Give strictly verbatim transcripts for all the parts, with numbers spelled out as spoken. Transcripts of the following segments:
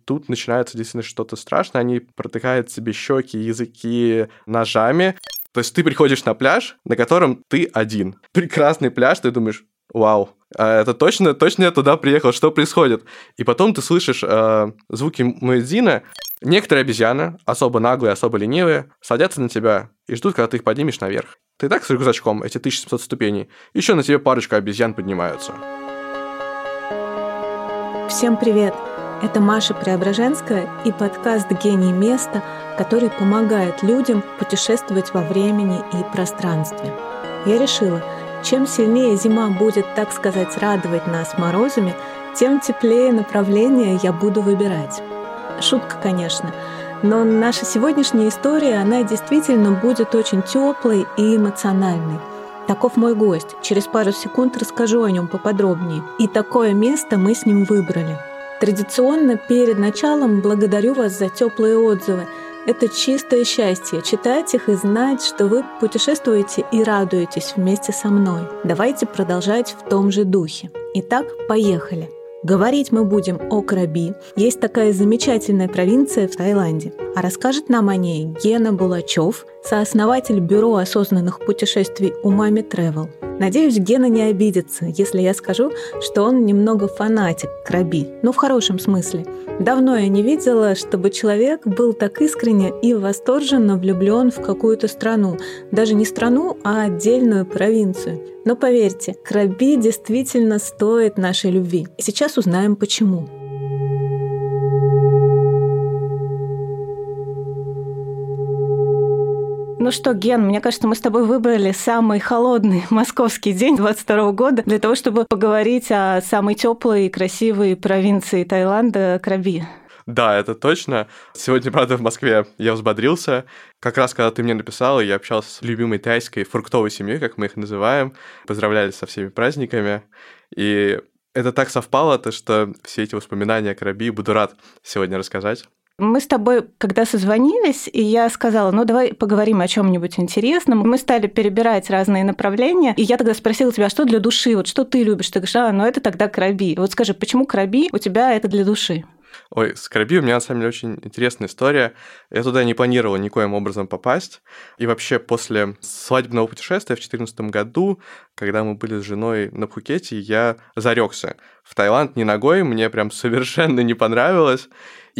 тут начинается действительно что-то страшное. Они протыкают себе щеки, языки ножами. То есть ты приходишь на пляж, на котором ты один. Прекрасный пляж, ты думаешь, вау, а это точно, точно я туда приехал, что происходит? И потом ты слышишь э, звуки муэдзина. Некоторые обезьяны, особо наглые, особо ленивые, садятся на тебя и ждут, когда ты их поднимешь наверх. Ты так с рюкзачком, эти тысяча семьсот ступеней, еще на тебе парочка обезьян поднимаются. Всем привет! Это Маша Преображенская и подкаст «Гений места», который помогает людям путешествовать во времени и пространстве. Я решила, чем сильнее зима будет, так сказать, радовать нас морозами, тем теплее направление я буду выбирать. Шутка, конечно, но наша сегодняшняя история, она действительно будет очень теплой и эмоциональной. Таков мой гость. Через пару секунд расскажу о нем поподробнее. И такое место мы с ним выбрали. Традиционно перед началом благодарю вас за теплые отзывы. Это чистое счастье — читать их и знать, что вы путешествуете и радуетесь вместе со мной. Давайте продолжать в том же духе. Итак, поехали. Говорить мы будем о Краби. Есть такая замечательная провинция в Таиланде. А расскажет нам о ней Гена Булачев, сооснователь бюро осознанных путешествий Умами Travel. Надеюсь, Гена не обидится, если я скажу, что он немного фанатик Краби, но в хорошем смысле. Давно я не видела, чтобы человек был так искренне и восторженно влюблен в какую-то страну. Даже не страну, а отдельную провинцию. Но поверьте, Краби действительно стоит нашей любви. И сейчас узнаем, почему. Ну что, Ген, мне кажется, мы с тобой выбрали самый холодный московский день двадцать второго года для того, чтобы поговорить о самой теплой и красивой провинции Таиланда Краби. Да, это точно. Сегодня, правда, в Москве я взбодрился. Как раз, когда ты мне написала, я общался с любимой тайской фруктовой семьей, как мы их называем. Поздравляли со всеми праздниками. И это так совпало, то, что все эти воспоминания о Краби буду рад сегодня рассказать. Мы с тобой, когда созвонились, и я сказала, ну давай поговорим о чем-нибудь интересном. Мы стали перебирать разные направления, и я тогда спросила тебя, что для души, вот что ты любишь? Ты говоришь, а, ну это тогда Краби. Вот скажи, почему Краби у тебя это для души? Ой, с Краби у меня, на самом деле, очень интересная история. Я туда не планировал никоим образом попасть. И вообще после свадебного путешествия в две тысячи четырнадцатом году, когда мы были с женой на Пхукете, я зарекся в Таиланд ни ногой, мне прям совершенно не понравилось.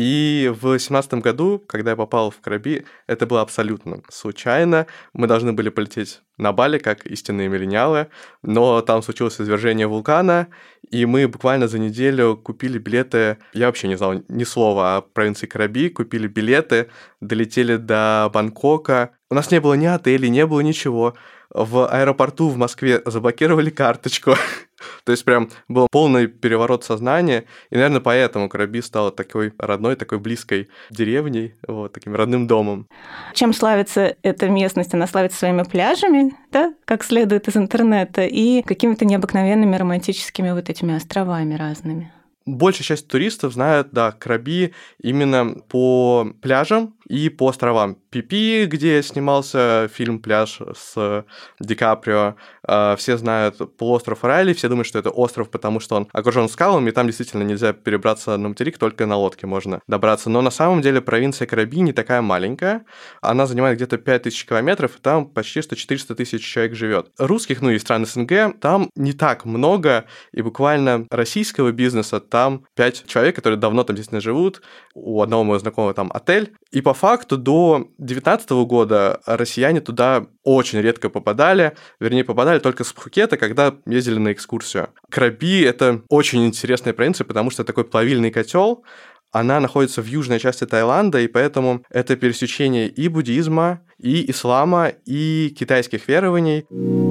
И в две тысячи семнадцатом году, когда я попал в Краби, это было абсолютно случайно. Мы должны были полететь на Бали, как истинные миллениалы, но там случилось извержение вулкана, и мы буквально за неделю купили билеты. Я вообще не знал ни слова о провинции Краби, купили билеты, долетели до Бангкока. У нас не было ни отелей, не было ничего. В аэропорту в Москве заблокировали карточку. То есть прям был полный переворот сознания. И, наверное, поэтому Краби стала такой родной, такой близкой деревней, вот, таким родным домом. Чем славится эта местность? Она славится своими пляжами, да, как следует из интернета, и какими-то необыкновенными романтическими вот этими островами разными. Большая часть туристов знает, да, Краби именно по пляжам и по островам. Пипи, где снимался фильм «Пляж» с Ди Каприо. Все знают полуостров Райли, все думают, что это остров, потому что он окружен скалами, и там действительно нельзя перебраться на материк, только на лодке можно добраться. Но на самом деле провинция Краби не такая маленькая. Она занимает где-то пять тысяч километров, и там почти что четыреста тысяч человек живет. Русских, ну и стран СНГ, там не так много, и буквально российского бизнеса там пять человек, которые давно там действительно живут. У одного моего знакомого там отель. И по факту до две тысячи девятнадцатого года россияне туда очень редко попадали. Вернее, попадали только с Пхукета, когда ездили на экскурсию. Краби — это очень интересная провинция, потому что такой плавильный котел. Она находится в южной части Таиланда, и поэтому это пересечение и буддизма, и ислама, и китайских верований.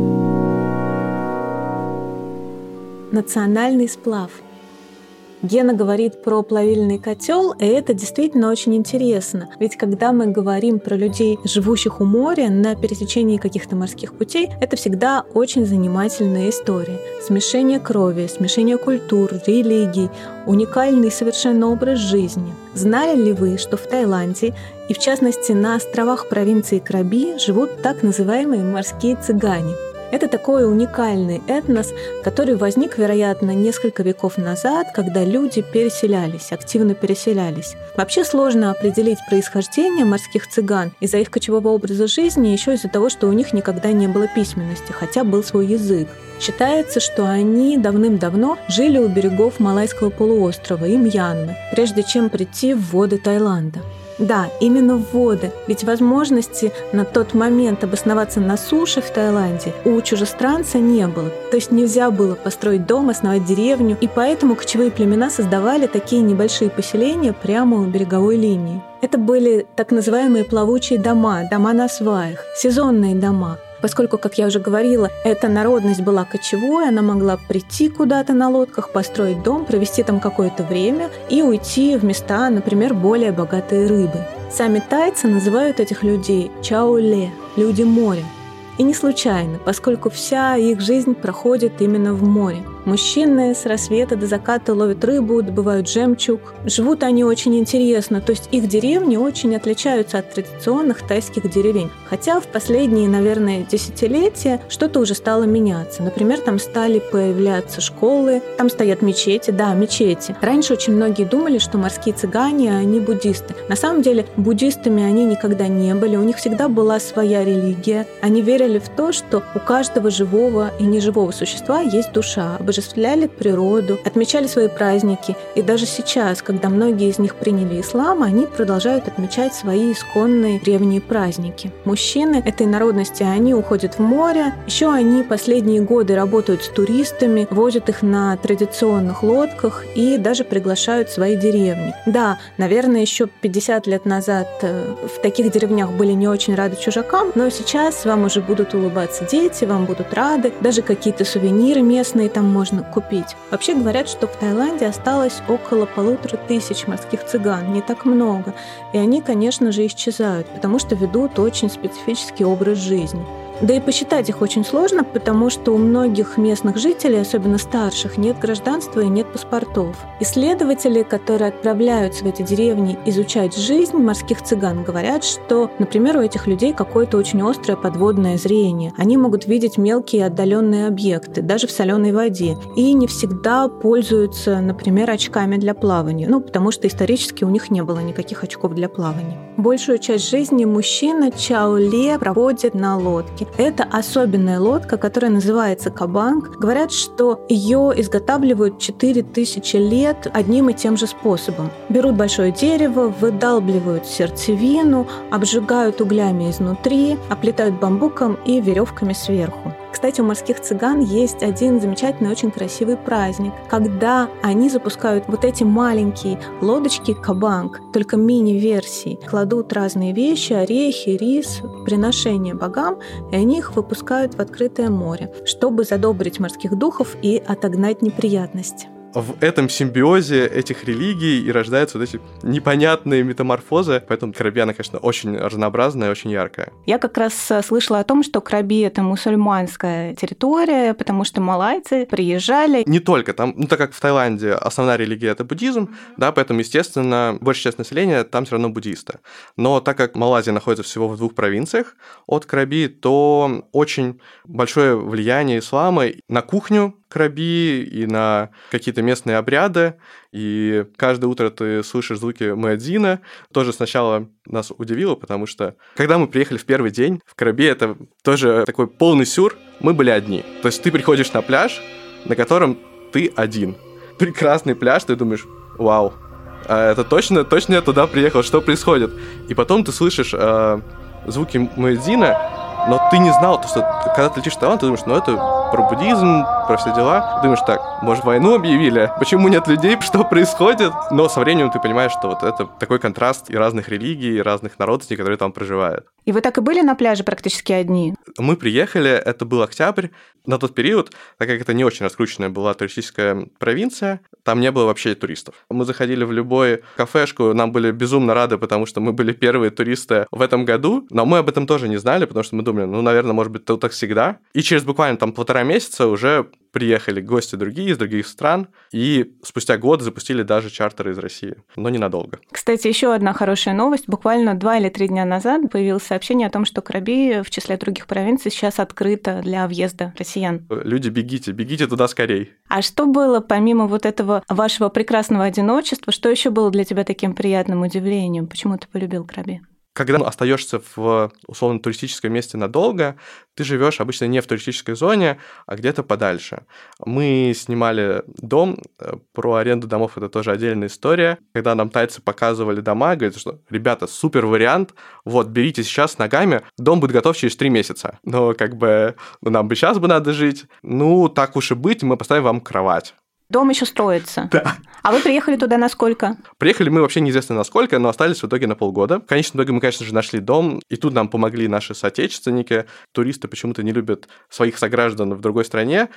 Национальный сплав. Гена говорит про плавильный котел, и это действительно очень интересно. Ведь когда мы говорим про людей, живущих у моря на пересечении каких-то морских путей, это всегда очень занимательная история. Смешение крови, смешение культур, религий, уникальный совершенно образ жизни. Знали ли вы, что в Таиланде, и в частности на островах провинции Краби, живут так называемые морские цыгане? Это такой уникальный этнос, который возник, вероятно, несколько веков назад, когда люди переселялись, активно переселялись. Вообще сложно определить происхождение морских цыган из-за их кочевого образа жизни, еще из-за того, что у них никогда не было письменности, хотя был свой язык. Считается, что они давным-давно жили у берегов Малайского полуострова и Мьянмы, прежде чем прийти в воды Таиланда. Да, именно в воды, ведь возможности на тот момент обосноваться на суше в Таиланде у чужестранца не было. То есть нельзя было построить дом, основать деревню, и поэтому кочевые племена создавали такие небольшие поселения прямо у береговой линии. Это были так называемые плавучие дома, дома на сваях, сезонные дома. Поскольку, как я уже говорила, эта народность была кочевой, она могла прийти куда-то на лодках, построить дом, провести там какое-то время и уйти в места, например, более богатые рыбой. Сами тайцы называют этих людей чаоле – люди моря. И не случайно, поскольку вся их жизнь проходит именно в море. Мужчины с рассвета до заката ловят рыбу, добывают жемчуг. Живут они очень интересно, то есть их деревни очень отличаются от традиционных тайских деревень. Хотя в последние, наверное, десятилетия что-то уже стало меняться. Например, там стали появляться школы, там стоят мечети, да, мечети. Раньше очень многие думали, что морские цыгане, они буддисты. На самом деле буддистами они никогда не были, у них всегда была своя религия. Они верили в то, что у каждого живого и неживого существа есть душа, обожествляли природу, отмечали свои праздники. И даже сейчас, когда многие из них приняли ислам, они продолжают отмечать свои исконные древние праздники. Мужчины этой народности, они уходят в море. Еще они последние годы работают с туристами, возят их на традиционных лодках и даже приглашают в свои деревни. Да, наверное, еще пятьдесят лет назад в таких деревнях были не очень рады чужакам, но сейчас вам уже будут улыбаться дети, вам будут рады, даже какие-то сувениры местные там можно купить. Вообще говорят, что в Таиланде осталось около полутора тысяч морских цыган, не так много, и они, конечно же, исчезают, потому что ведут очень специфический образ жизни. Да и посчитать их очень сложно, потому что у многих местных жителей, особенно старших, нет гражданства и нет паспортов. Исследователи, которые отправляются в эти деревни изучать жизнь морских цыган, говорят, что, например, у этих людей какое-то очень острое подводное зрение. Они могут видеть мелкие отдаленные объекты, даже в соленой воде, и не всегда пользуются, например, очками для плавания, ну, потому что исторически у них не было никаких очков для плавания. Большую часть жизни мужчина чаоле проводит на лодке. Это особенная лодка, которая называется кабанг. Говорят, что ее изготавливают четыре тысячи лет одним и тем же способом. Берут большое дерево, выдалбливают сердцевину, обжигают углями изнутри, оплетают бамбуком и веревками сверху. Кстати, у морских цыган есть один замечательный, очень красивый праздник, когда они запускают вот эти маленькие лодочки кабанг, только мини-версии, кладут разные вещи, орехи, рис, приношения богам, и они их выпускают в открытое море, чтобы задобрить морских духов и отогнать неприятности. В этом симбиозе этих религий и рождаются вот эти непонятные метаморфозы, поэтому Краби, она, конечно, очень разнообразная, очень яркая. Я как раз слышала о том, что Краби — это мусульманская территория, потому что малайцы приезжали. Не только там, ну так как в Таиланде основная религия — это буддизм, да, поэтому, естественно, большая часть населения там все равно буддисты. Но так как Малайзия находится всего в двух провинциях от Краби, то очень большое влияние ислама на кухню Краби и на какие-то местные обряды, и каждое утро ты слышишь звуки муэдзина. Тоже сначала нас удивило, потому что когда мы приехали в первый день в Краби, это тоже такой полный сюр, мы были одни. То есть ты приходишь на пляж, на котором ты один. Прекрасный пляж, ты думаешь, вау, это точно, точно я туда приехал, что происходит? И потом ты слышишь э, звуки муэдзина, но ты не знал, что когда ты летишь в Таиланд, ты думаешь, ну это про буддизм, про все дела. Ты думаешь, так, может, войну объявили? Почему нет людей? Что происходит? Но со временем ты понимаешь, что вот это такой контраст и разных религий, и разных народностей, которые там проживают. И вы так и были на пляже практически одни? Мы приехали, это был октябрь. На тот период, так как это не очень раскрученная была туристическая провинция, там не было вообще туристов. Мы заходили в любую кафешку, нам были безумно рады, потому что мы были первые туристы в этом году, но мы об этом тоже не знали, потому что мы думали, подумали, ну, наверное, может быть, тут так всегда. И через буквально там полтора месяца уже приехали гости другие из других стран, и спустя год запустили даже чартеры из России, но ненадолго. Кстати, еще одна хорошая новость. Буквально два или три дня назад появилось сообщение о том, что Краби в числе других провинций сейчас открыто для въезда россиян. Люди, бегите, бегите туда скорей. А что было помимо вот этого вашего прекрасного одиночества, что еще было для тебя таким приятным удивлением? Почему ты полюбил Краби? Когда остаешься в условно туристическом месте надолго, ты живешь обычно не в туристической зоне, а где-то подальше. Мы снимали дом, про аренду домов это тоже отдельная история. Когда нам тайцы показывали дома, говорят, что, ребята, супер вариант, вот, берите сейчас ногами, дом будет готов через три месяца. Но как бы ну, нам бы сейчас бы надо жить. Ну, так уж и быть, мы поставим вам кровать. Дом еще строится. Да. А вы приехали туда на сколько? Приехали мы вообще неизвестно на сколько, но остались в итоге на полгода. В конечном итоге мы, конечно же, нашли дом, и тут нам помогли наши соотечественники. Туристы почему-то не любят своих сограждан в другой стране,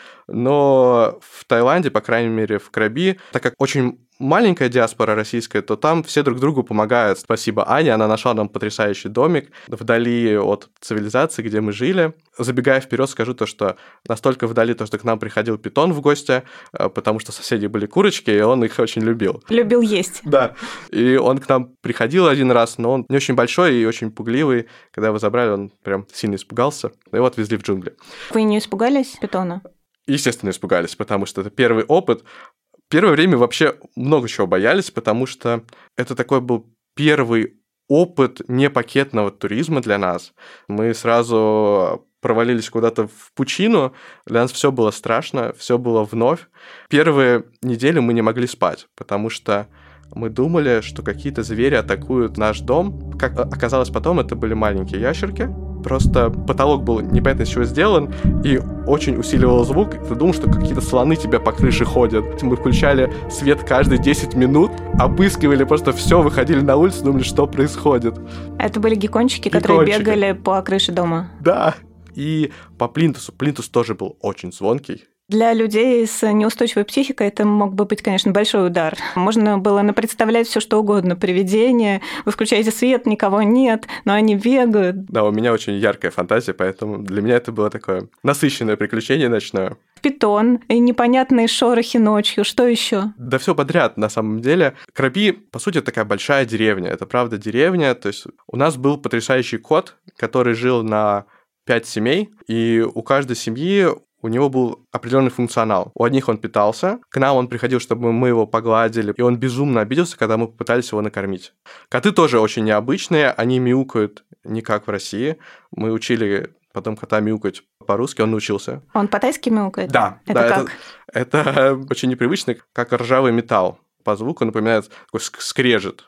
но в Таиланде, по крайней мере, в Краби, так как очень маленькая диаспора российская, то там все друг другу помогают. Спасибо Ане, она нашла нам потрясающий домик вдали от цивилизации, где мы жили. Забегая вперед, скажу то, что настолько вдали, то, что к нам приходил питон в гости, потому что соседи были курочки, и он их очень любил. Любил есть. Да. И он к нам приходил один раз, но он не очень большой и очень пугливый. Когда его забрали, он прям сильно испугался. И его отвезли в джунгли. Вы не испугались питона? Естественно, испугались, потому что это первый опыт. Первое время вообще много чего боялись, потому что это такой был первый опыт непакетного туризма для нас. Мы сразу провалились куда-то в пучину, для нас все было страшно, все было вновь. Первые недели мы не могли спать, потому что мы думали, что какие-то звери атакуют наш дом. Как оказалось потом, это были маленькие ящерки. Просто потолок был непонятно из чего сделан и очень усиливал звук. Ты думал, что какие-то слоны тебя по крыше ходят. Мы включали свет каждые десять минут, обыскивали просто все, выходили на улицу, думали, что происходит. Это были геккончики, Геккончики. которые бегали по крыше дома? Да. И по плинтусу. Плинтус тоже был очень звонкий. Для людей с неустойчивой психикой это мог бы быть, конечно, большой удар. Можно было напредставлять все что угодно. Привидения, вы включаете свет, никого нет, но они бегают. Да, у меня очень яркая фантазия, поэтому для меня это было такое насыщенное приключение ночное. Питон, и непонятные шорохи ночью, что еще? Да все подряд, на самом деле. Краби, по сути, такая большая деревня. Это правда деревня. То есть у нас был потрясающий кот, который жил на пять семей, и у каждой семьи у него был определенный функционал. У одних он питался, к нам он приходил, чтобы мы его погладили, и он безумно обиделся, когда мы попытались его накормить. Коты тоже очень необычные, они мяукают не как в России. Мы учили потом кота мяукать по-русски, он научился. Он по-тайски мяукает? Да. Это да, как? Это, это очень непривычно, как ржавый металл. По звуку напоминает такой скрежет.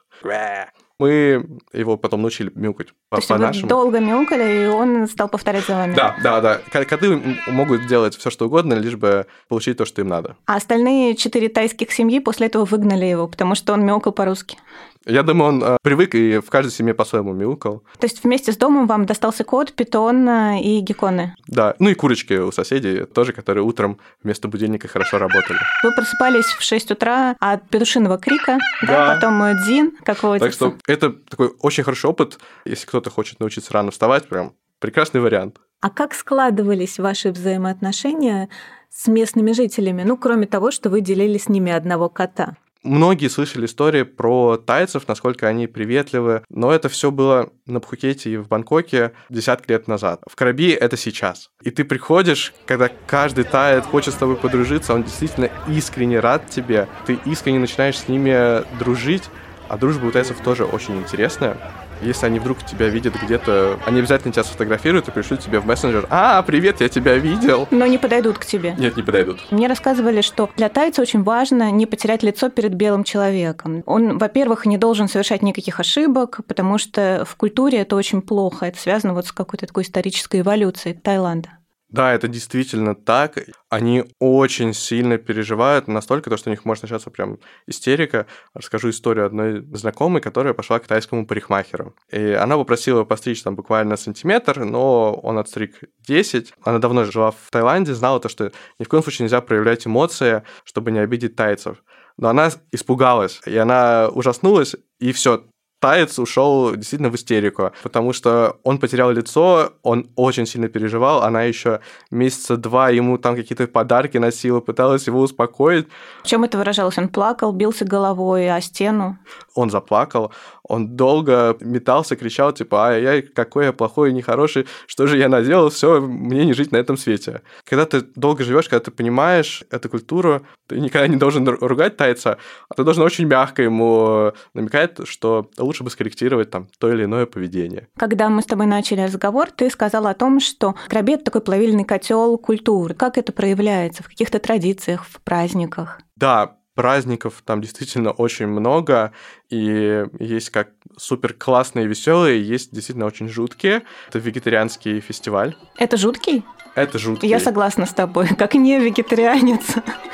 Мы его потом научили мяукать по- То есть по-нашему. вы долго мяукали, и он стал повторять за вами? Да, да, да. Коты могут делать все, что угодно, лишь бы получить то, что им надо. А остальные четыре тайских семьи после этого выгнали его, потому что он мяукал по-русски? Я думаю, он э, привык и в каждой семье по-своему мяукал. То есть вместе с домом вам достался кот, питон и гекконы? Да, ну и курочки у соседей тоже, которые утром вместо будильника хорошо работали. Вы просыпались в шесть утра от петушиного крика, да, Да. потом дзин, как водится. Так что это такой очень хороший опыт. Если кто-то хочет научиться рано вставать, прям прекрасный вариант. А как складывались ваши взаимоотношения с местными жителями? Ну, кроме того, что вы делили с ними одного кота. Многие слышали истории про тайцев, насколько они приветливы, но это все было на Пхукете и в Бангкоке десятки лет назад. В Краби это сейчас. И ты приходишь, когда каждый таец хочет с тобой подружиться, он действительно искренне рад тебе, ты искренне начинаешь с ними дружить, а дружба у тайцев тоже очень интересная. Если они вдруг тебя видят где-то, они обязательно тебя сфотографируют и пришлют тебе в мессенджер: «А, привет, я тебя видел». Но не подойдут к тебе. Нет, не подойдут. Мне рассказывали, что для тайца очень важно не потерять лицо перед белым человеком. Он, во-первых, не должен совершать никаких ошибок, потому что в культуре это очень плохо. Это связано вот с какой-то такой исторической эволюцией Таиланда. Да, это действительно так. Они очень сильно переживают, настолько, то, что у них может начаться прям истерика. Расскажу историю одной знакомой, которая пошла к тайскому парикмахеру. И она попросила его постричь там буквально сантиметр, но он отстриг десять. Она давно жила в Таиланде, знала то, что ни в коем случае нельзя проявлять эмоции, чтобы не обидеть тайцев. Но она испугалась, и она ужаснулась, и все. таец ушел действительно в истерику, потому что он потерял лицо, он очень сильно переживал, она еще месяца два ему там какие-то подарки носила, пыталась его успокоить. В чем это выражалось? Он плакал, бился головой о стену? Он заплакал, он долго метался, кричал, типа, ай-яй, какой я плохой и нехороший, что же я наделал, все, мне не жить на этом свете. Когда ты долго живешь, когда ты понимаешь эту культуру, ты никогда не должен ругать тайца, а ты должен очень мягко ему намекать, что лучше бы скорректировать там то или иное поведение. Когда мы с тобой начали разговор, ты сказала о том, что краби — это такой плавильный котел культуры. Как это проявляется в каких-то традициях, в праздниках? Да, праздников там действительно очень много, и есть как супер классные, веселые, есть действительно очень жуткие. Это вегетарианский фестиваль. Это жуткий? Это жуткий. Я согласна с тобой, как не вегетарианец.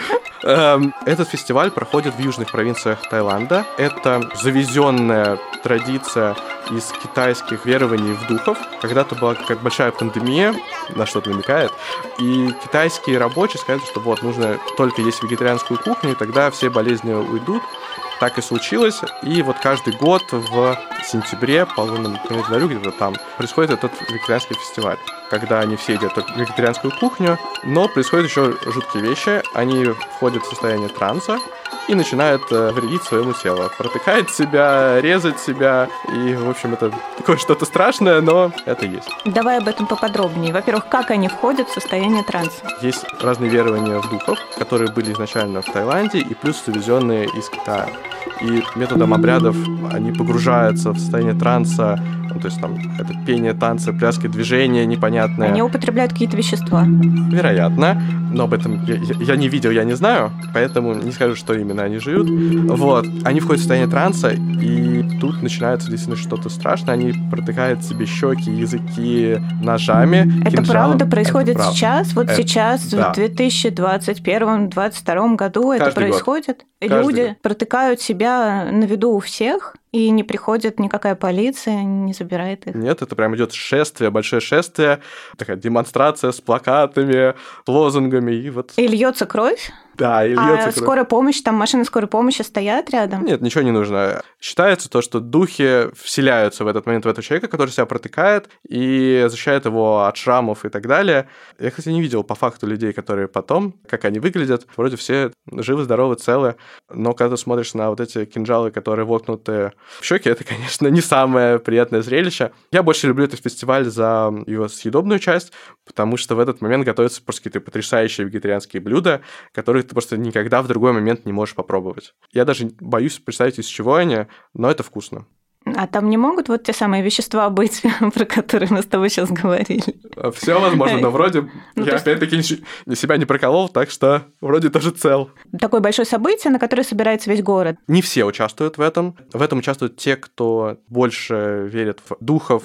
Этот фестиваль проходит в южных провинциях Таиланда. Это завезенная традиция из китайских верований в духов. Когда-то была как большая пандемия, на что-то намекает, и китайские рабочие сказали, что вот, нужно только есть вегетарианскую кухню, и тогда все болезни уйдут. Так и случилось, и вот каждый год в сентябре по лунному календарю где-то там происходит этот вегетарианский фестиваль, когда они все едят только вегетарианскую кухню, но происходят еще жуткие вещи. Они входят в состояние транса и начинают э, вредить своему телу, протыкать себя, резать себя, и, в общем, это такое что-то страшное, но это есть. Давай об этом поподробнее. Во-первых, как они входят в состояние транса? Есть разные верования в духов, которые были изначально в Таиланде, и плюс завезенные из Китая. И методом обрядов они погружаются в состояние транса, ну, то есть там это пение, танцы, пляски, движения непонятные. Они употребляют какие-то вещества? Вероятно, но об этом я, я не видел, я не знаю, поэтому не скажу, что именно они жуют. Вот, они входят в состояние транса, и тут начинается действительно что-то страшное. Они протыкают себе щеки, языки ножами. Это кинжалом. правда происходит это сейчас? Вот это, сейчас, да. в две тысячи двадцать первом — две тысячи двадцать втором году Каждый это происходит? Год. Люди год. протыкают себя на виду у всех, и не приходит никакая полиция, не забирает их? Нет, это прям идет шествие, большое шествие, такая демонстрация с плакатами, лозунгами, и вот... И льется кровь? Да, и льется а кровь. Скорая помощь, там машины скорой помощи стоят рядом? Нет, ничего не нужно. Считается то, что духи вселяются в этот момент в этого человека, который себя протыкает, и защищает его от шрамов и так далее. Я, кстати, не видел по факту людей, которые потом, как они выглядят, вроде все живы, здоровы, целы, но когда ты смотришь на вот эти кинжалы, которые воткнуты в щеки, это, конечно, не самое приятное зрелище. Я больше люблю этот фестиваль за его съедобную часть, потому что в этот момент готовятся просто какие-то потрясающие вегетарианские блюда, которые ты просто никогда в другой момент не можешь попробовать. Я даже боюсь представить, из чего они, но это вкусно. А там не могут вот те самые вещества быть, про которые мы с тобой сейчас говорили? Все возможно, но вроде ну, я опять-таки есть... себя не проколол, так что вроде тоже цел. Такое большое событие, на которое собирается весь город. Не все участвуют в этом. В этом участвуют те, кто больше верит в духов.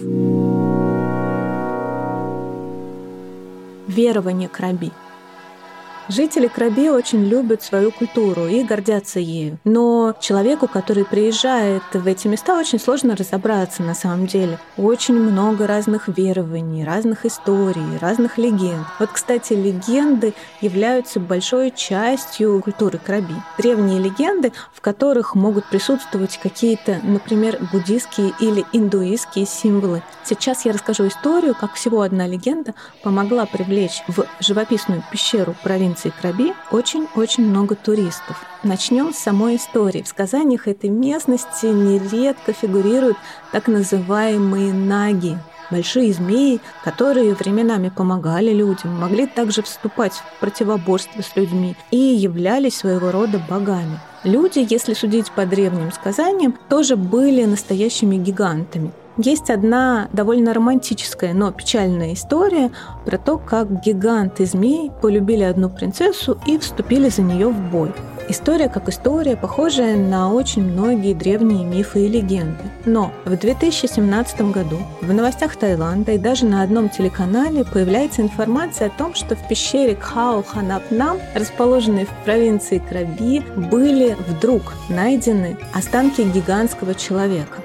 Верование краби. Жители Краби очень любят свою культуру и гордятся ею. Но человеку, который приезжает в эти места, очень сложно разобраться на самом деле. Очень много разных верований, разных историй, разных легенд. Вот, кстати, легенды являются большой частью культуры Краби. Древние легенды, в которых могут присутствовать какие-то, например, буддийские или индуистские символы. Сейчас я расскажу историю, как всего одна легенда помогла привлечь в живописную пещеру провинции Краби очень-очень много туристов. Начнем с самой истории. В сказаниях этой местности нередко фигурируют так называемые наги, большие змеи, которые временами помогали людям, могли также вступать в противоборство с людьми и являлись своего рода богами. Люди, если судить по древним сказаниям, тоже были настоящими гигантами. Есть одна довольно романтическая, но печальная история про то, как гиганты змей полюбили одну принцессу и вступили за нее в бой. История как история, похожая на очень многие древние мифы и легенды. Но в две тысячи семнадцатом году в новостях Таиланда и даже на одном телеканале появляется информация о том, что в пещере Кхао-Ханапнам, расположенной в провинции Краби, были вдруг найдены останки гигантского человека.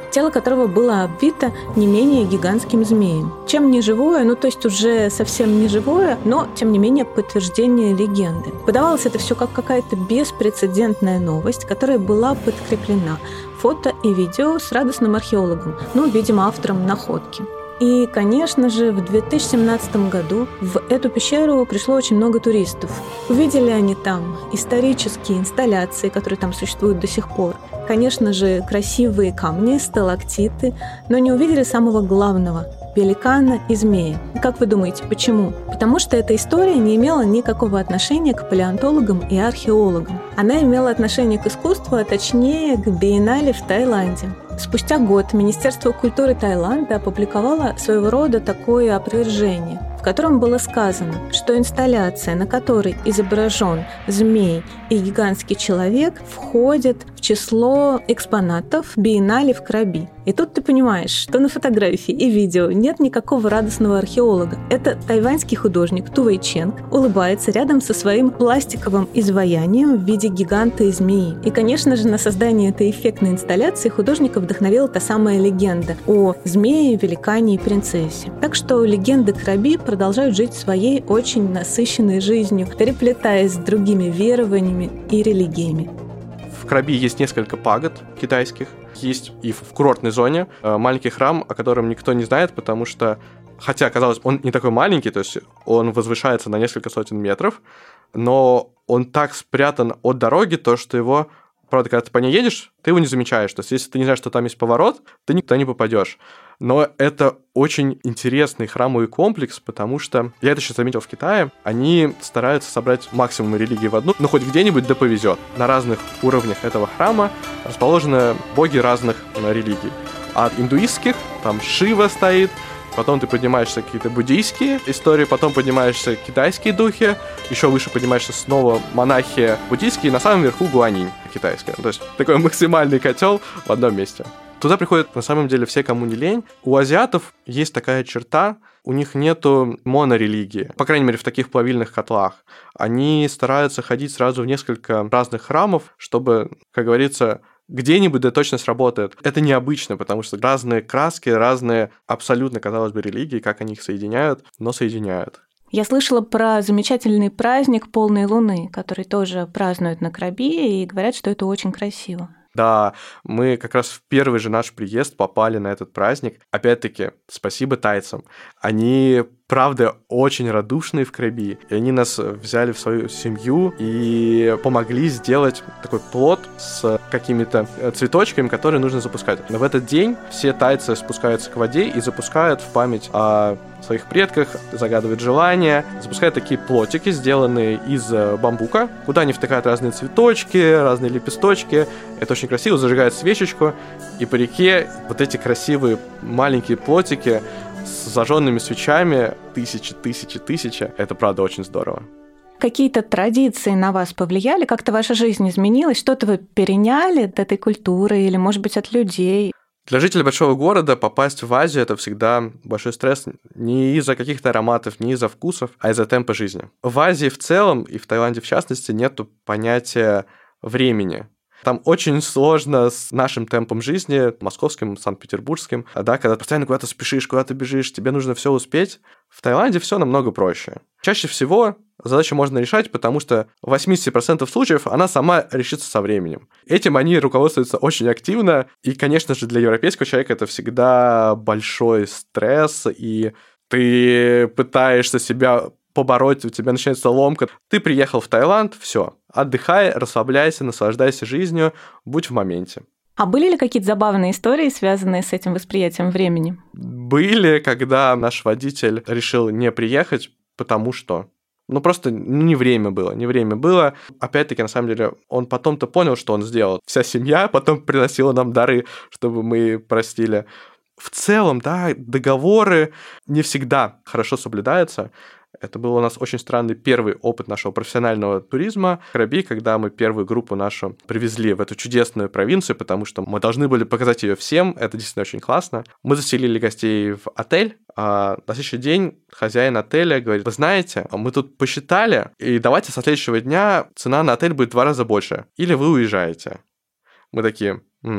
тело которого было обвито не менее гигантским змеем. Чем не живое, ну то есть уже совсем не живое, но тем не менее подтверждение легенды. Подавалось это все как какая-то беспрецедентная новость, которая была подкреплена фото и видео с радостным археологом, ну, видимо, автором находки. И, конечно же, в две тысячи семнадцатом году в эту пещеру пришло очень много туристов. Увидели они там исторические инсталляции, которые там существуют до сих пор. Конечно же, красивые камни, сталактиты, но не увидели самого главного – пеликана и змея. Как вы думаете, почему? Потому что эта история не имела никакого отношения к палеонтологам и археологам. Она имела отношение к искусству, а точнее к биеннале в Таиланде. Спустя год Министерство культуры Таиланда опубликовало своего рода такое опровержение, в котором было сказано, что инсталляция, на которой изображен змей и гигантский человек, входит в число экспонатов биеннале в Краби. И тут ты понимаешь, что на фотографии и видео нет никакого радостного археолога. Это тайваньский художник Ту Вэй Ченг улыбается рядом со своим пластиковым изваянием в виде гиганта и змеи. И, конечно же, на создание этой эффектной инсталляции художника вдохновила та самая легенда о змее, великане и принцессе. Так что легенды Краби продолжают жить своей очень насыщенной жизнью, переплетаясь с другими верованиями и религиями. В Краби есть несколько пагод китайских, есть и в курортной зоне маленький храм, о котором никто не знает, потому что, хотя, казалось, он не такой маленький, то есть он возвышается на несколько сотен метров, но он так спрятан от дороги, то, что его, правда, когда ты по ней едешь, ты его не замечаешь. То есть если ты не знаешь, что там есть поворот, ты никуда не попадешь. Но это очень интересный храмовый комплекс, потому что, я это сейчас заметил в Китае, они стараются собрать максимум религий в одну, но хоть где-нибудь да повезет. На разных уровнях этого храма расположены боги разных религий. От индуистских, там Шива стоит, потом ты поднимаешься какие-то буддийские истории, потом поднимаешься китайские духи, еще выше поднимаешься снова монахи буддийские, и на самом верху гуанинь китайская. То есть такой максимальный котел в одном месте. Туда приходят, на самом деле, все, кому не лень. У азиатов есть такая черта, у них нету монорелигии, по крайней мере, в таких плавильных котлах. Они стараются ходить сразу в несколько разных храмов, чтобы, как говорится, где-нибудь да точно сработает. Это необычно, потому что разные краски, разные абсолютно, казалось бы, религии, как они их соединяют, но соединяют. Я слышала про замечательный праздник полной луны, который тоже празднуют на Краби, и говорят, что это очень красиво. Да, мы как раз в первый же наш приезд попали на этот праздник. Опять-таки, спасибо тайцам. Они, правда, очень радушные в Краби. И они нас взяли в свою семью и помогли сделать такой плот с какими-то цветочками, которые нужно запускать. Но в этот день все тайцы спускаются к воде и запускают в память о своих предках, загадывают желания, запускают такие плотики, сделанные из бамбука, куда они втыкают разные цветочки, разные лепесточки. Это очень красиво, зажигают свечечку, и по реке вот эти красивые маленькие плотики с зажженными свечами, тысячи, тысячи, тысячи. Это, правда, очень здорово. Какие-то традиции на вас повлияли? Как-то ваша жизнь изменилась? Что-то вы переняли от этой культуры или, может быть, от людей? Для жителей большого города попасть в Азию – это всегда большой стресс не из-за каких-то ароматов, не из-за вкусов, а из-за темпа жизни. В Азии в целом, и в Таиланде в частности, нету понятия времени. Там очень сложно с нашим темпом жизни, московским, санкт-петербургским, да, когда постоянно куда-то спешишь, куда-то бежишь, тебе нужно все успеть. В Таиланде все намного проще. Чаще всего задачу можно решать, потому что в восемьдесят процентов случаев она сама решится со временем. Этим они руководствуются очень активно, и, конечно же, для европейского человека это всегда большой стресс, и ты пытаешься себя побороть, у тебя начинается ломка. Ты приехал в Таиланд, все, отдыхай, расслабляйся, наслаждайся жизнью, будь в моменте. А были ли какие-то забавные истории, связанные с этим восприятием времени? Были, когда наш водитель решил не приехать, потому что... Ну, просто не время было, не время было. Опять-таки, на самом деле, он потом-то понял, что он сделал. Вся семья потом приносила нам дары, чтобы мы простили. В целом, да, договоры не всегда хорошо соблюдаются. Это был у нас очень странный первый опыт нашего профессионального туризма в Краби, когда мы первую группу нашу привезли в эту чудесную провинцию, потому что мы должны были показать ее всем, это действительно очень классно. Мы заселили гостей в отель, а на следующий день хозяин отеля говорит: вы знаете, мы тут посчитали, и давайте со следующего дня цена на отель будет в два раза больше, или вы уезжаете. Мы такие... М-м.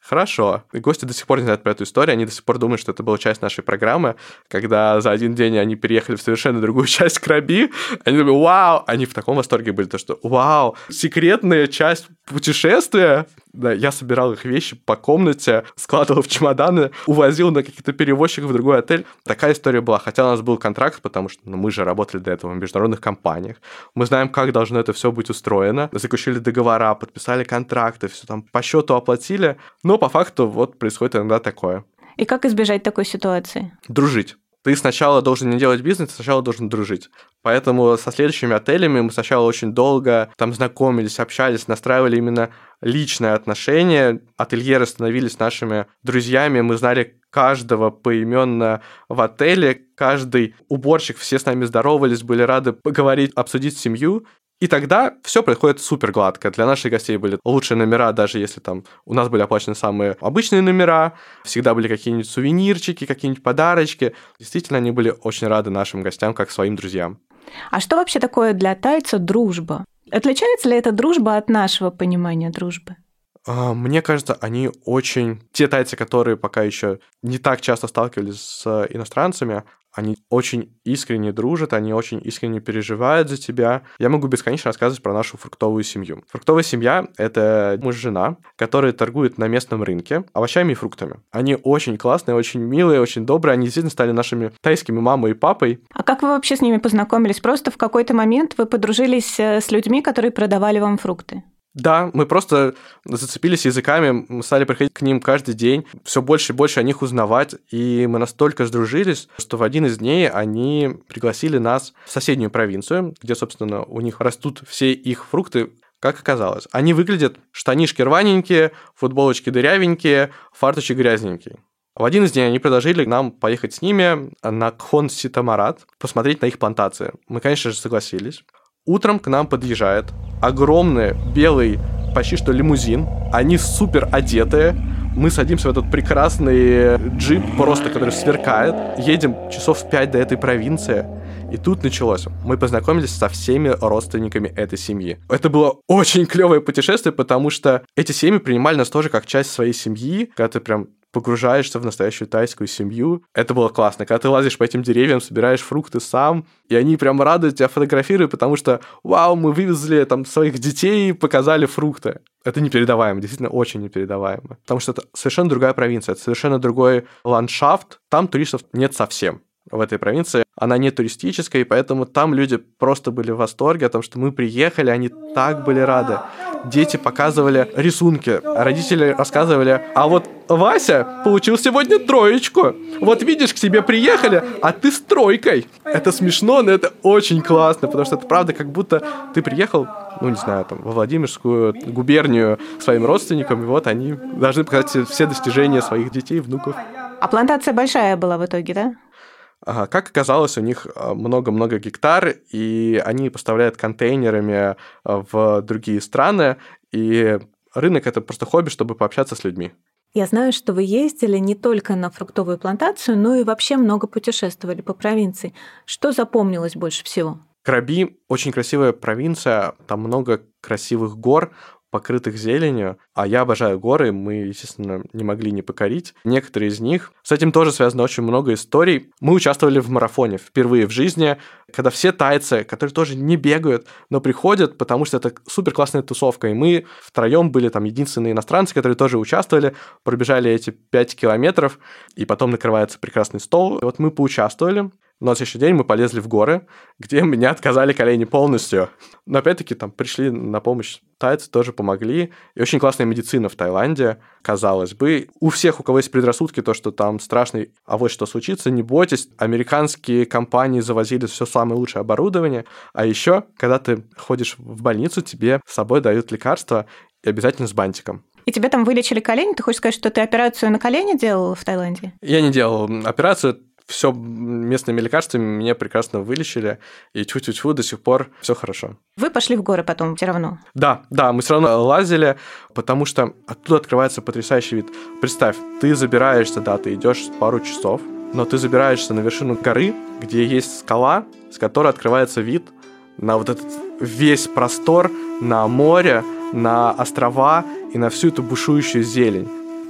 Хорошо. И гости до сих пор не знают про эту историю, они до сих пор думают, что это была часть нашей программы, когда за один день они переехали в совершенно другую часть Краби. Они думали, вау! Они в таком восторге были, то что, вау, секретная часть путешествия. Да, я собирал их вещи по комнате, складывал в чемоданы, увозил на каких-то перевозчиков в другой отель. Такая история была. Хотя у нас был контракт, потому что ну, мы же работали до этого в международных компаниях. Мы знаем, как должно это все быть устроено. Заключили договора, подписали контракты, все там по счету оплатили. Но по факту вот происходит иногда такое. И как избежать такой ситуации? Дружить. Ты сначала должен не делать бизнес, ты сначала должен дружить. Поэтому со следующими отелями мы сначала очень долго там знакомились, общались, настраивали именно личные отношения. Ательеры становились нашими друзьями, мы знали каждого поименно в отеле, каждый уборщик, все с нами здоровались, были рады поговорить, обсудить семью. И тогда все происходит супер гладко. Для наших гостей были лучшие номера, даже если там у нас были оплачены самые обычные номера, всегда были какие-нибудь сувенирчики, какие-нибудь подарочки. Действительно, они были очень рады нашим гостям, как своим друзьям. А что вообще такое для тайца дружба? Отличается ли эта дружба от нашего понимания дружбы? Мне кажется, они очень... Те тайцы, которые пока еще не так часто сталкивались с иностранцами, они очень искренне дружат, они очень искренне переживают за тебя. Я могу бесконечно рассказывать про нашу фруктовую семью. Фруктовая семья — это муж и жена, которые торгуют на местном рынке овощами и фруктами. Они очень классные, очень милые, очень добрые. Они действительно стали нашими тайскими мамой и папой. А как вы вообще с ними познакомились? Просто в какой-то момент вы подружились с людьми, которые продавали вам фрукты? Да, мы просто зацепились языками, мы стали приходить к ним каждый день, все больше и больше о них узнавать, и мы настолько сдружились, что в один из дней они пригласили нас в соседнюю провинцию, где, собственно, у них растут все их фрукты. Как оказалось, они выглядят штанишки рваненькие, футболочки дырявенькие, фарточки грязненькие. В один из дней они предложили нам поехать с ними на Кхон Ситамарат, посмотреть на их плантации. Мы, конечно же, согласились. Утром к нам подъезжает огромный белый, почти что лимузин. Они супер одетые. Мы садимся в этот прекрасный джип, просто который сверкает. Едем часов в пять до этой провинции. И тут началось. Мы познакомились со всеми родственниками этой семьи. Это было очень клевое путешествие, потому что эти семьи принимали нас тоже как часть своей семьи, когда ты прям погружаешься в настоящую тайскую семью. Это было классно. Когда ты лазишь по этим деревьям, собираешь фрукты сам, и они прям рады тебя фотографируют, потому что, вау, мы вывезли там своих детей, показали фрукты. Это непередаваемо, действительно очень непередаваемо. Потому что это совершенно другая провинция, это совершенно другой ландшафт. Там туристов нет совсем. В этой провинции она не туристическая, и поэтому там люди просто были в восторге о том, что мы приехали, они так были рады. Дети показывали рисунки, родители рассказывали, а вот Вася получил сегодня троечку. Вот видишь, к тебе приехали, а ты с тройкой. Это смешно, но это очень классно, потому что это правда, как будто ты приехал, ну не знаю, там, во Владимирскую губернию к своим родственникам, и вот они должны показать все достижения своих детей, внуков. А плантация большая была в итоге, да? Ага, как оказалось, у них много-много гектар, и они поставляют контейнерами в другие страны, и рынок — это просто хобби, чтобы пообщаться с людьми. Я знаю, что вы ездили не только на фруктовую плантацию, но и вообще много путешествовали по провинции. Что запомнилось больше всего? Краби — очень красивая провинция, там много красивых гор, покрытых зеленью, а я обожаю горы, мы, естественно, не могли не покорить. Некоторые из них. С этим тоже связано очень много историй. Мы участвовали в марафоне впервые в жизни, когда все тайцы, которые тоже не бегают, но приходят, потому что это супер классная тусовка, и мы втроем были там единственные иностранцы, которые тоже участвовали, пробежали эти пять километров, и потом накрывается прекрасный стол. И вот мы поучаствовали. Но на следующий день мы полезли в горы, где меня отказали колени полностью. Но опять-таки там пришли на помощь тайцы, тоже помогли. И очень классная медицина в Таиланде, казалось бы. У всех, у кого есть предрассудки, то, что там страшный, а вот что случится, не бойтесь. Американские компании завозили все самое лучшее оборудование. А еще, когда ты ходишь в больницу, тебе с собой дают лекарства, и обязательно с бантиком. И тебе там вылечили колени? Ты хочешь сказать, что ты операцию на колени делал в Таиланде? Я не делал операцию. Все местными лекарствами меня прекрасно вылечили, и тьфу-тьфу-тьфу, до сих пор все хорошо. Вы пошли в горы потом все равно? Да, да, мы все равно лазили, потому что оттуда открывается потрясающий вид. Представь, ты забираешься, да, ты идешь пару часов, но ты забираешься на вершину горы, где есть скала, с которой открывается вид на вот этот весь простор, на море, на острова и на всю эту бушующую зелень.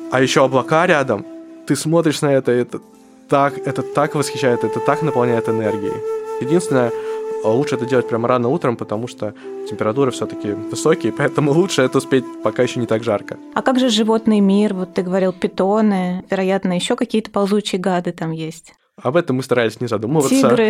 а еще облака рядом. Ты смотришь на это, это так, это так восхищает, это так наполняет энергией. Единственное, лучше это делать прямо рано утром, потому что температуры все-таки высокие, поэтому лучше это успеть, пока еще не так жарко. А как же животный мир? Вот ты говорил, питоны, вероятно, еще какие-то ползучие гады там есть. Об этом мы старались не задумываться. Тигры.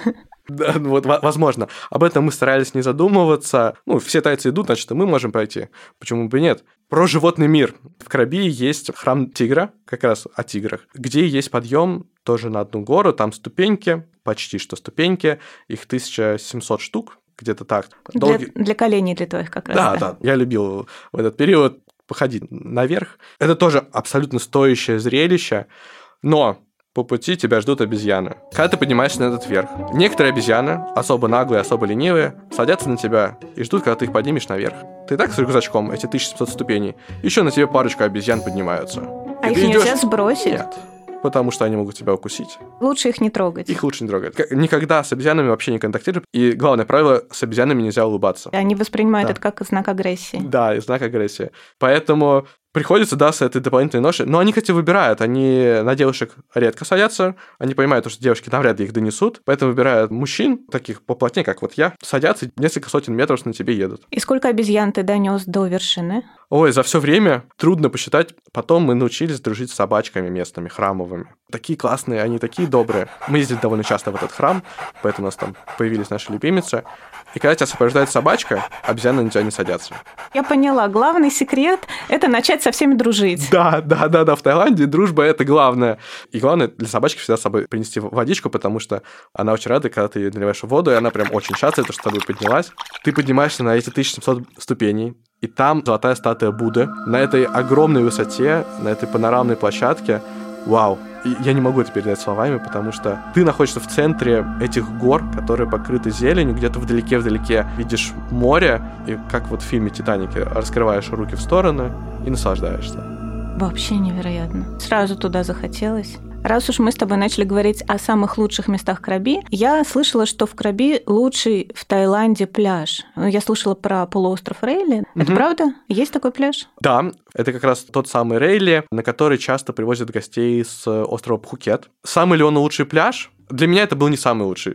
Да, вот, возможно. Об этом мы старались не задумываться. Ну, все тайцы идут, значит, и мы можем пойти. Почему бы и нет? Про животный мир. В Краби есть храм тигра, как раз о тиграх, где есть подъем тоже на одну гору, там ступеньки, почти что ступеньки, их тысяча семьсот штук, где-то так. Долгий... Для, для коленей для твоих как раз. Да, да, да. Я любил в этот период походить наверх. Это тоже абсолютно стоящее зрелище, но по пути тебя ждут обезьяны. Когда ты поднимаешься на этот верх, некоторые обезьяны, особо наглые, особо ленивые, садятся на тебя и ждут, когда ты их поднимешь наверх. Ты так с рюкзачком, эти тысяча семьсот ступеней, еще на тебе парочка обезьян поднимаются. А и их нельзя сбросить? Нет, потому что они могут тебя укусить. Лучше их не трогать. Их лучше не трогать. Никогда с обезьянами вообще не контактируй. И главное правило, с обезьянами нельзя улыбаться. Они воспринимают да. это как знак агрессии. Да, и знак агрессии. Поэтому приходится, да, с этой дополнительной ношей. Но они, кстати, выбирают. Они на девушек редко садятся. Они понимают, что девушки навряд ли их донесут. Поэтому выбирают мужчин, таких поплотнее, как вот я. Садятся, и несколько сотен метров на тебе едут. И сколько обезьян ты донес до вершины? Ой, за все время трудно посчитать. Потом мы научились дружить с собачками местными, храмовыми. Такие классные, они такие добрые. Мы ездили довольно часто в этот храм, поэтому у нас там появились наши любимицы. И когда тебя сопровождает собачка, обезьяны на тебя не садятся. Я поняла. Главный секрет – это начать со всеми дружить. Да, да, да, да. В Таиланде дружба – это главное. И главное для собачки всегда с собой принести водичку, потому что она очень рада, когда ты ее наливаешь в воду, и она прям очень счастлива, что с тобой поднялась. Ты поднимаешься на эти тысяча семьсот ступеней, и там золотая статуя Будды. На этой огромной высоте, на этой панорамной площадке. Вау! И я не могу это передать словами, потому что ты находишься в центре этих гор, которые покрыты зеленью, где-то вдалеке-вдалеке видишь море, и как вот в фильме «Титаник» раскрываешь руки в стороны и наслаждаешься. Вообще невероятно. Сразу туда захотелось. Раз уж мы с тобой начали говорить о самых лучших местах Краби, я слышала, что в Краби лучший в Таиланде пляж. Я слышала про полуостров Рейли. Это mm-hmm. правда? Есть такой пляж? Да, это как раз тот самый Рейли, на который часто привозят гостей с острова Пхукет. Самый ли он лучший пляж? Для меня это был не самый лучший.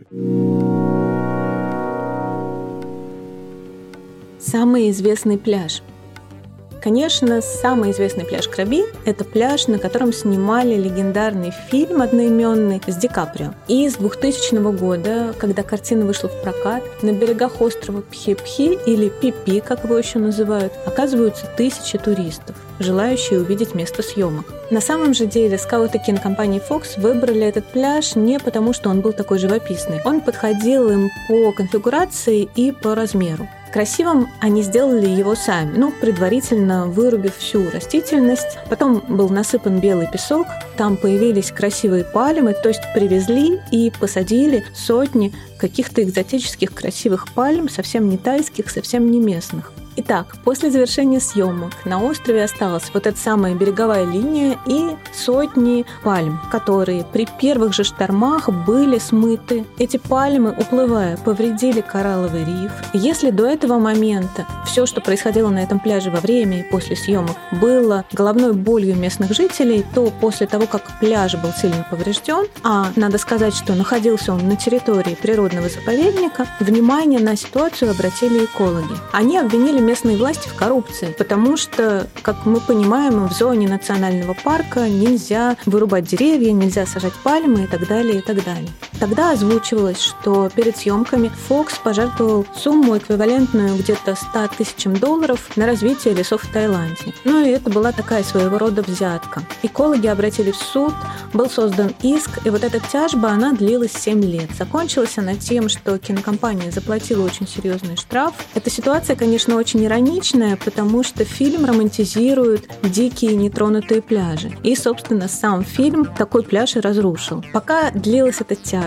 Самый известный пляж. Конечно, самый известный пляж Краби – это пляж, на котором снимали легендарный фильм одноименный с Ди Каприо. И с двухтысячного года, когда картина вышла в прокат, на берегах острова Пхи-Пхи или Пи-Пи, как его еще называют, оказываются тысячи туристов, желающие увидеть место съемок. На самом же деле скауты кинокомпании Fox выбрали этот пляж не потому, что он был такой живописный. Он подходил им по конфигурации и по размеру. Красивым они сделали его сами, ну, предварительно вырубив всю растительность. Потом был насыпан белый песок, там появились красивые пальмы, то есть привезли и посадили сотни каких-то экзотических красивых пальм, совсем не тайских, совсем не местных. Итак, после завершения съемок на острове осталась вот эта самая береговая линия и сотни пальм, которые при первых же штормах были смыты. Эти пальмы, уплывая, повредили коралловый риф. Если до этого момента все, что происходило на этом пляже во время и после съемок, было головной болью местных жителей, то после того, как пляж был сильно поврежден, а надо сказать, что находился он на территории природного заповедника, внимание на ситуацию обратили экологи. Они обвинили местные власти в коррупции, потому что, как мы понимаем, в зоне национального парка нельзя вырубать деревья, нельзя сажать пальмы и так далее, и так далее. Тогда озвучивалось, что перед съемками Fox пожертвовал сумму, эквивалентную где-то ста тысячам долларов на развитие лесов в Таиланде. Ну и это была такая своего рода взятка. Экологи обратились в суд, был создан иск, и вот эта тяжба, она длилась семь лет. Закончилась она тем, что кинокомпания заплатила очень серьезный штраф. Эта ситуация, конечно, очень ироничная, потому что фильм романтизирует дикие нетронутые пляжи. И, собственно, сам фильм такой пляж и разрушил. Пока длилась эта тяжба,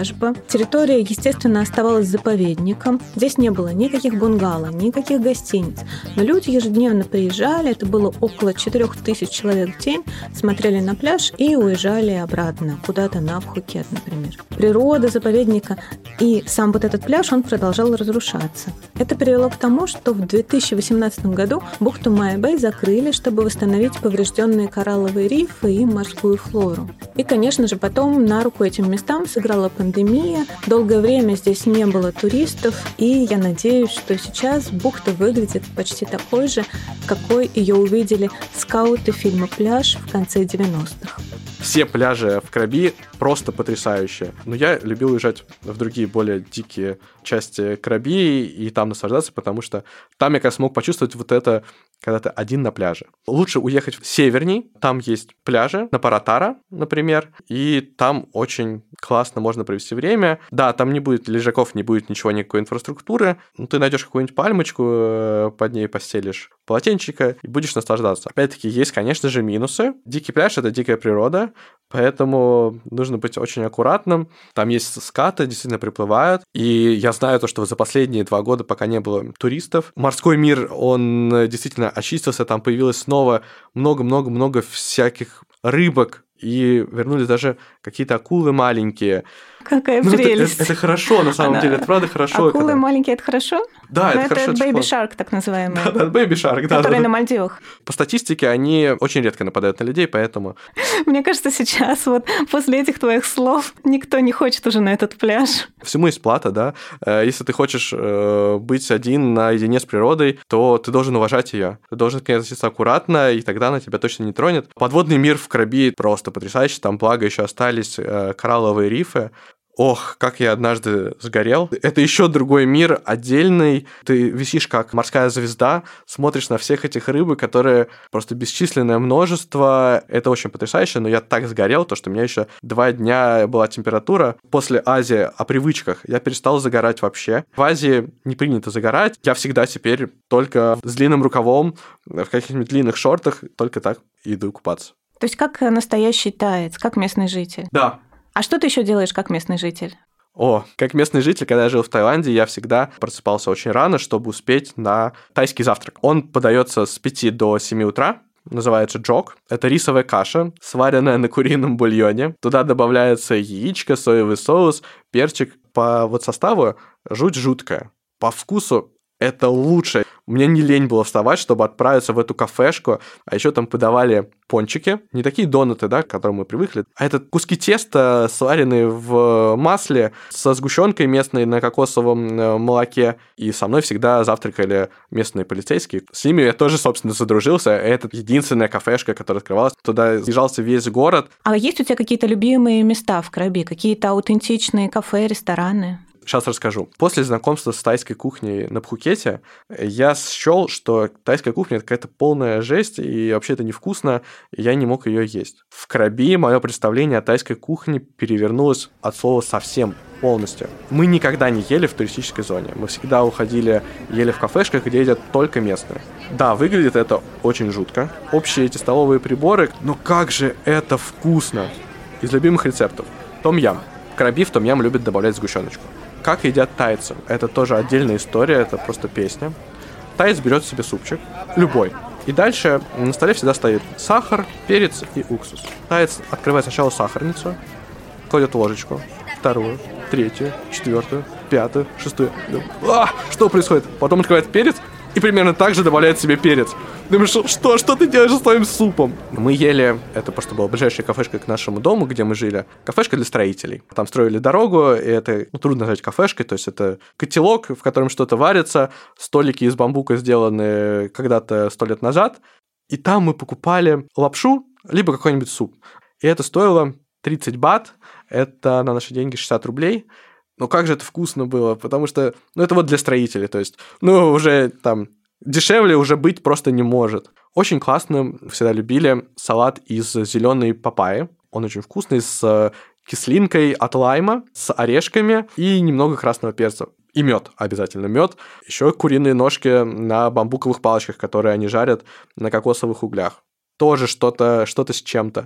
тяжба. Территория, естественно, оставалась заповедником. Здесь не было никаких бунгало, никаких гостиниц. Но люди ежедневно приезжали, это было около четырех тысяч человек в день, смотрели на пляж и уезжали обратно, куда-то на Пхукет, например. Природа заповедника и сам вот этот пляж, он продолжал разрушаться. Это привело к тому, что в две тысячи восемнадцатом году бухту Майя-Бэй закрыли, чтобы восстановить поврежденные коралловые рифы и морскую флору. И, конечно же, потом на руку этим местам сыграла пандемия. Долгое время здесь не было туристов, и я надеюсь, что сейчас бухта выглядит почти такой же, какой ее увидели скауты фильма «Пляж» в конце девяностых. Все пляжи в Краби просто потрясающие. Но я любил уезжать в другие, более дикие части Краби и там наслаждаться, потому что там я как раз смог почувствовать вот это, когда ты один на пляже. Лучше уехать северней, там есть пляжи, на Паратара, например, и там очень классно можно провести время. Да, там не будет лежаков, не будет ничего, никакой инфраструктуры, но ты найдешь какую-нибудь пальмочку, под ней постелишь полотенчика и будешь наслаждаться. Опять-таки, есть, конечно же, минусы. Дикий пляж — это дикая природа, поэтому нужно быть очень аккуратным. Там есть скаты, действительно приплывают. И я знаю то, что за последние два года, пока не было туристов, морской мир, он действительно очистился, там появилось снова много-много-много всяких рыбок, и вернулись даже какие-то акулы маленькие. Какая ну, прелесть. Это, это, это хорошо, на самом Она... деле, это правда хорошо. Акулы когда... маленькие — это хорошо? Да, Но это хорошо. Это Baby Shark, так называемый. Да, да, Baby Shark, да. Который да, на Мальдивах. По статистике, они очень редко нападают на людей, поэтому... Мне кажется, сейчас вот после этих твоих слов никто не хочет уже на этот пляж. Всему есть плата, да. Если ты хочешь быть один наедине с природой, то ты должен уважать ее. Ты должен к ней относиться аккуратно, и тогда она тебя точно не тронет. Подводный мир в Краби просто потрясающий. Там, благо, еще остались коралловые рифы. Ох, как я однажды сгорел. Это еще другой мир, отдельный. Ты висишь как морская звезда, смотришь на всех этих рыбы, которые просто бесчисленное множество. Это очень потрясающе, но я так сгорел, то, что у меня еще два дня была температура. После Азии о привычках я перестал загорать вообще. В Азии не принято загорать. Я всегда теперь только с длинным рукавом, в каких-нибудь длинных шортах, только так иду купаться. То есть как настоящий таец, как местный житель? Да. А что ты еще делаешь как местный житель? О, как местный житель, когда я жил в Таиланде, я всегда просыпался очень рано, чтобы успеть на тайский завтрак. Он подается с пяти до семи утра, называется джок. Это рисовая каша, сваренная на курином бульоне. Туда добавляется яичко, соевый соус, перчик. По вот составу жуть жуткая. По вкусу это лучше. Мне не лень было вставать, чтобы отправиться в эту кафешку. А еще там подавали пончики. Не такие донаты, да, к которым мы привыкли. А это куски теста, сваренные в масле, со сгущенкой местной на кокосовом молоке. И со мной всегда завтракали местные полицейские. С ними я тоже, собственно, задружился. Это единственная кафешка, которая открывалась. Туда съезжался весь город. А есть у тебя какие-то любимые места в Краби? Какие-то аутентичные кафе, рестораны? Сейчас расскажу. После знакомства с тайской кухней на Пхукете я счел, что тайская кухня — это какая-то полная жесть, и вообще это невкусно, и я не мог ее есть. В Краби мое представление о тайской кухне перевернулось от слова совсем полностью. Мы никогда не ели в туристической зоне. Мы всегда уходили, ели в кафешках, где едят только местные. Да, выглядит это очень жутко. Общие эти столовые приборы, но как же это вкусно! Из любимых рецептов. Том-ям. В Краби в том-ям любят добавлять сгущеночку. Как едят тайцы? Это тоже отдельная история, это просто песня. Таец берет себе супчик, любой. И дальше на столе всегда стоит сахар, перец и уксус. Таец открывает сначала сахарницу, кладет ложечку, вторую, третью, четвертую, пятую, шестую. А, что происходит? Потом открывает перец и примерно так же добавляет себе перец. Думаешь, что, что ты делаешь с твоим супом? Мы ели, это просто была ближайшая кафешка к нашему дому, где мы жили. Кафешка для строителей. Там строили дорогу, и это ну, трудно назвать кафешкой, то есть это котелок, в котором что-то варится, столики из бамбука сделаны когда-то сто лет назад. И там мы покупали лапшу, либо какой-нибудь суп. И это стоило тридцать бат, это на наши деньги шестьдесят рублей. Ну как же это вкусно было, потому что, ну это вот для строителей, то есть, ну уже там дешевле уже быть просто не может. Очень классно, всегда любили салат из зеленой папайи, он очень вкусный, с кислинкой от лайма, с орешками и немного красного перца. И мед, обязательно мед. Еще куриные ножки на бамбуковых палочках, которые они жарят на кокосовых углях. Тоже что-то, что-то с чем-то.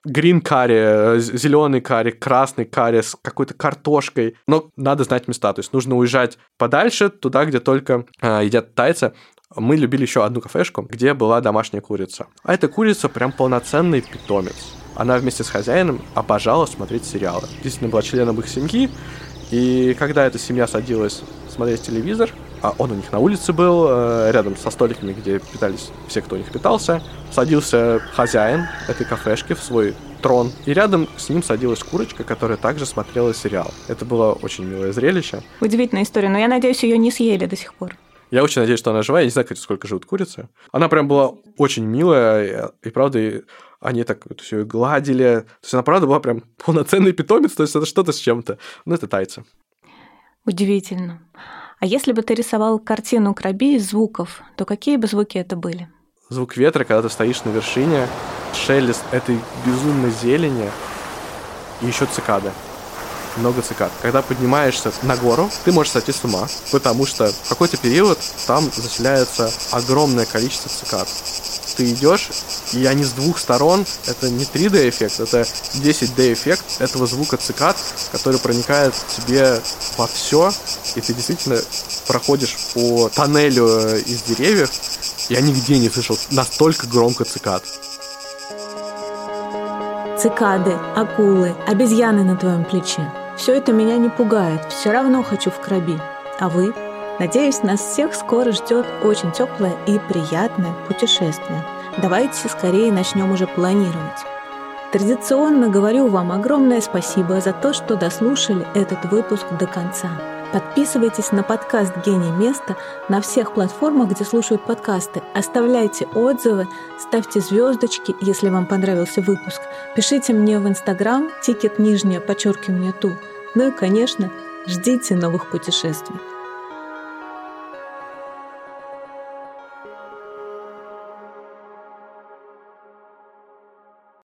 грин карри, зеленый карри, красный карри с какой-то картошкой. Но надо знать места, то есть нужно уезжать подальше, туда, где только э, едят тайцы. Мы любили еще одну кафешку, где была домашняя курица. А эта курица прям полноценный питомец. Она вместе с хозяином обожала смотреть сериалы. Действительно, была членом их семьи. И когда эта семья садилась смотреть телевизор, а он у них на улице был, рядом со столиками, где питались все, кто у них питался, садился хозяин этой кафешки в свой трон, и рядом с ним садилась курочка, которая также смотрела сериал. Это было очень милое зрелище. Удивительная история, но я надеюсь, ее не съели до сих пор. Я очень надеюсь, что она жива. Я не знаю, кстати, сколько живут курицы. Она прям была очень милая, и, и правда, и они так вот все гладили. То есть она, правда, была прям полноценный питомец, то есть это что-то с чем-то. Ну, это тайцы. Удивительно. А если бы ты рисовал картину краби из звуков, то какие бы звуки это были? Звук ветра, когда ты стоишь на вершине, шелест этой безумной зелени и еще цикады. Много цикад. Когда поднимаешься на гору, ты можешь сойти с ума, потому что в какой-то период там заселяется огромное количество цикад. Ты идешь, и они с двух сторон, это не три дэ-эффект, это десять дэ-эффект этого звука цикад, который проникает тебе во все, и ты действительно проходишь по тоннелю из деревьев, я нигде не слышал настолько громко цикад. Цикады, акулы, обезьяны на твоем плече. Все это меня не пугает, все равно хочу в Краби. А вы? Надеюсь, нас всех скоро ждет очень теплое и приятное путешествие. Давайте скорее начнем уже планировать. Традиционно говорю вам огромное спасибо за то, что дослушали этот выпуск до конца. Подписывайтесь на подкаст «Гений места» на всех платформах, где слушают подкасты. Оставляйте отзывы, ставьте звездочки, если вам понравился выпуск. Пишите мне в Инстаграм, тикет нижнее, подчеркивание ту. Ну и, конечно, ждите новых путешествий.